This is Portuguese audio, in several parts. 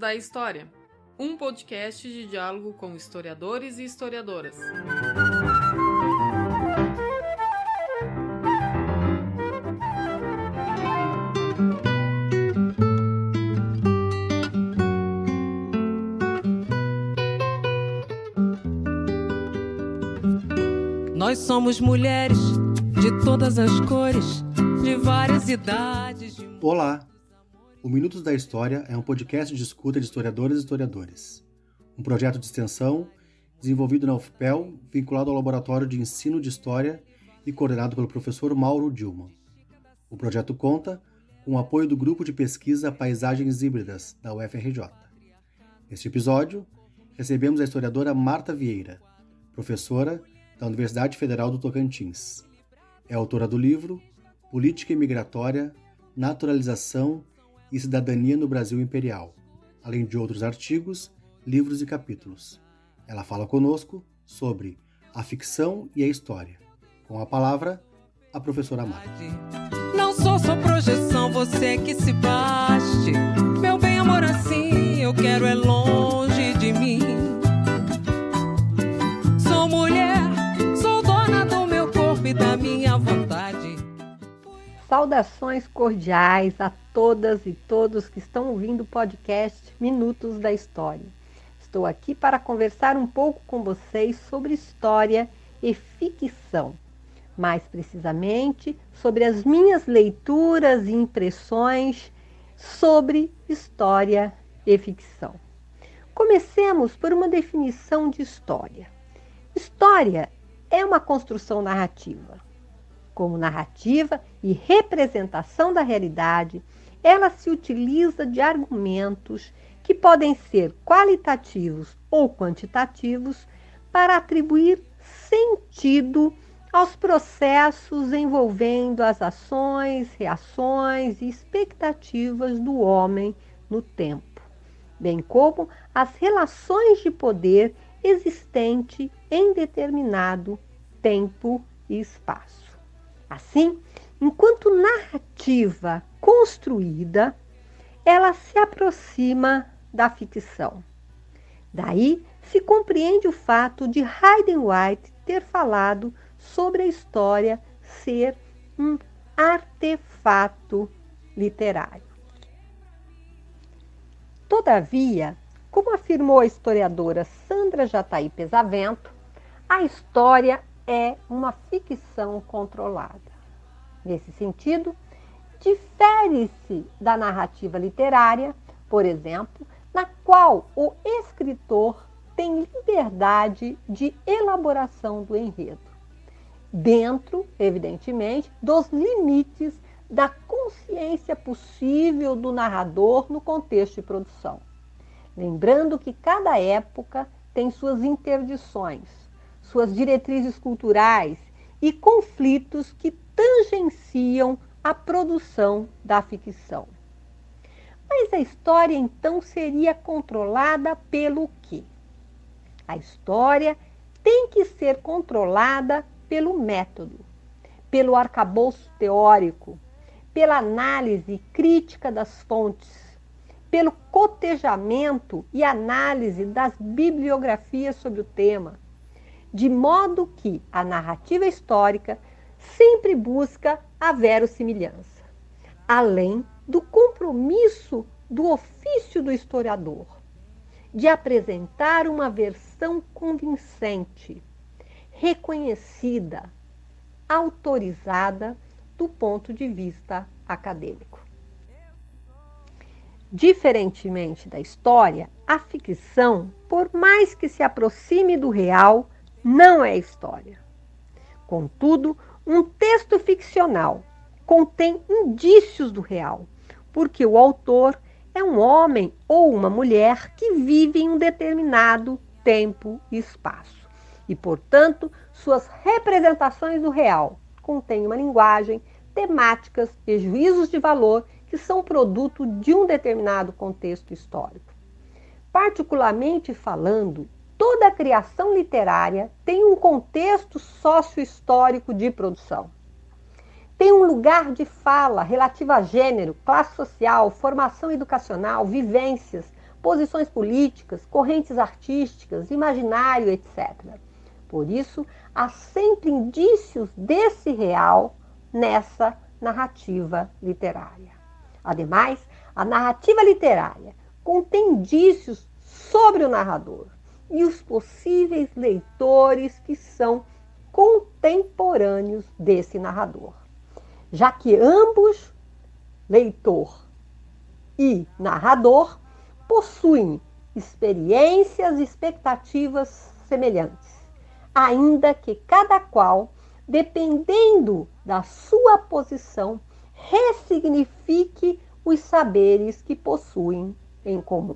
da História, um podcast de diálogo com historiadores e historiadoras. Nós somos mulheres de todas as cores, de várias idades. Olá! O Minutos da História é um podcast de escuta de historiadoras e historiadores. Um projeto de extensão desenvolvido na UFPEL, vinculado ao Laboratório de Ensino de História e coordenado pelo professor Mauro Dilman. O projeto conta com o apoio do Grupo de Pesquisa Paisagens Híbridas, da UFRJ. Neste episódio, recebemos a historiadora Marta Vieira, professora da Universidade Federal do Tocantins. É autora do livro Política Imigratória, Naturalização e Cidadania no Brasil Imperial, além de outros artigos, livros e capítulos. Ela fala conosco sobre a ficção e a história. Com a palavra, a professora Marta. Não sou só projeção, você que se baste. Meu bem, amor, assim eu quero é longe de mim. Sou mulher, sou dona do meu corpo e da minha vontade. Saudações cordiais a todas e todos que estão ouvindo o podcast Minutos da História. Estou aqui para conversar um pouco com vocês sobre história e ficção. Mais precisamente, sobre as minhas leituras e impressões sobre história e ficção. Comecemos por uma definição de história. História é uma construção narrativa. Como narrativa e representação da realidade, ela se utiliza de argumentos que podem ser qualitativos ou quantitativos para atribuir sentido aos processos envolvendo as ações, reações e expectativas do homem no tempo, bem como as relações de poder existente em determinado tempo e espaço. Assim, enquanto narrativa construída, ela se aproxima da ficção. Daí se compreende o fato de Hayden White ter falado sobre a história ser um artefato literário. Todavia, como afirmou a historiadora Sandra Jatahy Pesavento, a história é uma ficção controlada. Nesse sentido, difere-se da narrativa literária, por exemplo, na qual o escritor tem liberdade de elaboração do enredo, dentro, evidentemente, dos limites da consciência possível do narrador no contexto de produção. Lembrando que cada época tem suas interdições, suas diretrizes culturais e conflitos que tangenciam a produção da ficção. Mas a história, então, seria controlada pelo quê? A história tem que ser controlada pelo método, pelo arcabouço teórico, pela análise crítica das fontes, pelo cotejamento e análise das bibliografias sobre o tema, de modo que a narrativa histórica sempre busca a verossimilhança, além do compromisso do ofício do historiador, de apresentar uma versão convincente, reconhecida, autorizada do ponto de vista acadêmico. Diferentemente da história, a ficção, por mais que se aproxime do real, não é história. Contudo, um texto ficcional contém indícios do real, porque o autor é um homem ou uma mulher que vive em um determinado tempo e espaço. E, portanto, suas representações do real contêm uma linguagem, temáticas e juízos de valor que são produto de um determinado contexto histórico. Particularmente falando, toda a criação literária tem um contexto sócio-histórico de produção. Tem um lugar de fala relativo a gênero, classe social, formação educacional, vivências, posições políticas, correntes artísticas, imaginário, etc. Por isso, há sempre indícios desse real nessa narrativa literária. Ademais, a narrativa literária contém indícios sobre o narrador e os possíveis leitores que são contemporâneos desse narrador, já que ambos, leitor e narrador, possuem experiências e expectativas semelhantes, ainda que cada qual, dependendo da sua posição, ressignifique os saberes que possuem em comum.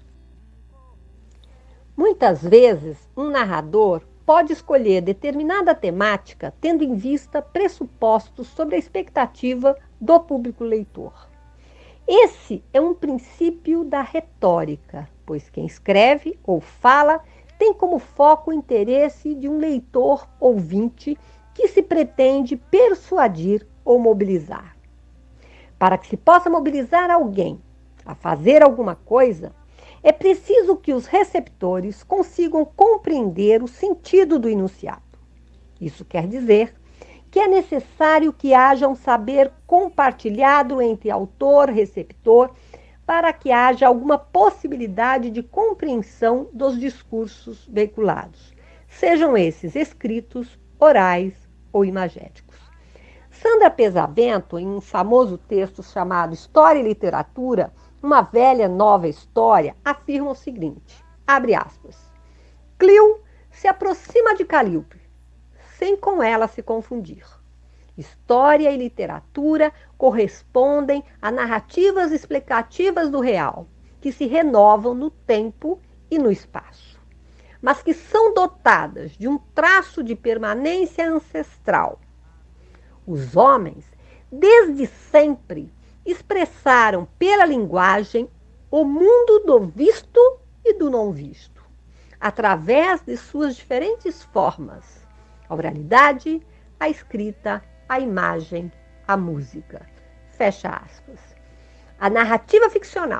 Muitas vezes, um narrador pode escolher determinada temática tendo em vista pressupostos sobre a expectativa do público leitor. Esse é um princípio da retórica, pois quem escreve ou fala tem como foco o interesse de um leitor ouvinte que se pretende persuadir ou mobilizar. Para que se possa mobilizar alguém a fazer alguma coisa, é preciso que os receptores consigam compreender o sentido do enunciado. Isso quer dizer que é necessário que haja um saber compartilhado entre autor e receptor para que haja alguma possibilidade de compreensão dos discursos veiculados, sejam esses escritos, orais ou imagéticos. Sandra Pesavento, em um famoso texto chamado História e Literatura, uma velha nova história, afirma o seguinte, abre aspas, Clio se aproxima de Calíope, sem com ela se confundir. História e literatura correspondem a narrativas explicativas do real, que se renovam no tempo e no espaço, mas que são dotadas de um traço de permanência ancestral. Os homens, desde sempre, expressaram pela linguagem o mundo do visto e do não visto, através de suas diferentes formas, a oralidade, a escrita, a imagem, a música. Fecha aspas. A narrativa ficcional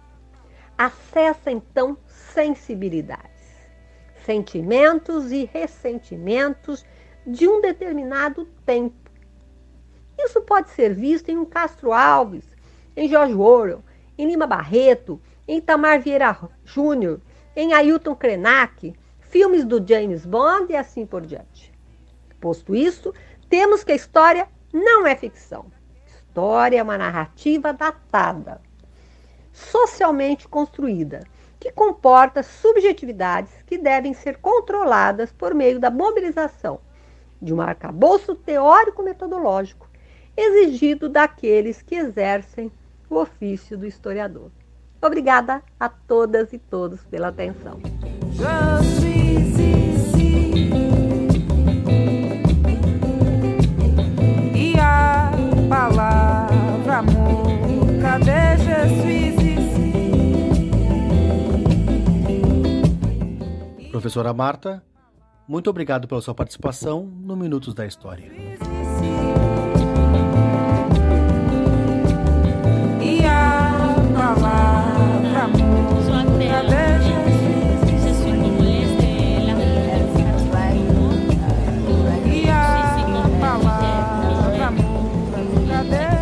acessa, então, sensibilidades, sentimentos e ressentimentos de um determinado tempo. Isso pode ser visto em um Castro Alves, em George Orwell, em Lima Barreto, em Itamar Vieira Júnior, em Ailton Krenak, filmes do James Bond e assim por diante. Posto isso, temos que a história não é ficção. História é uma narrativa datada, socialmente construída, que comporta subjetividades que devem ser controladas por meio da mobilização de um arcabouço teórico-metodológico exigido daqueles que exercem o ofício do historiador. Obrigada a todas e todos pela atenção. E a palavra amor, cadê Jesus? Professora Marta, muito obrigado pela sua participação no Minutos da História. E a palavra amor, cadê Jesus? E a palavra amor, cadê?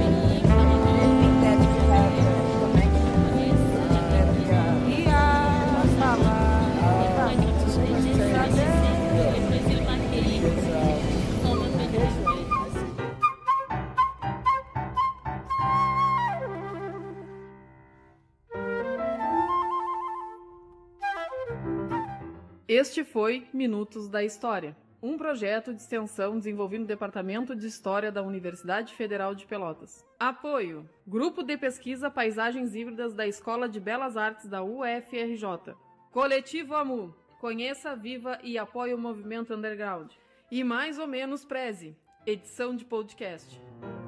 Este foi Minutos da História, um projeto de extensão desenvolvido no Departamento de História da Universidade Federal de Pelotas. Apoio: Grupo de Pesquisa Paisagens Híbridas da Escola de Belas Artes da UFRJ. Coletivo AMU. Conheça, viva e apoie o movimento underground. E Mais ou Menos Preze, edição de podcast.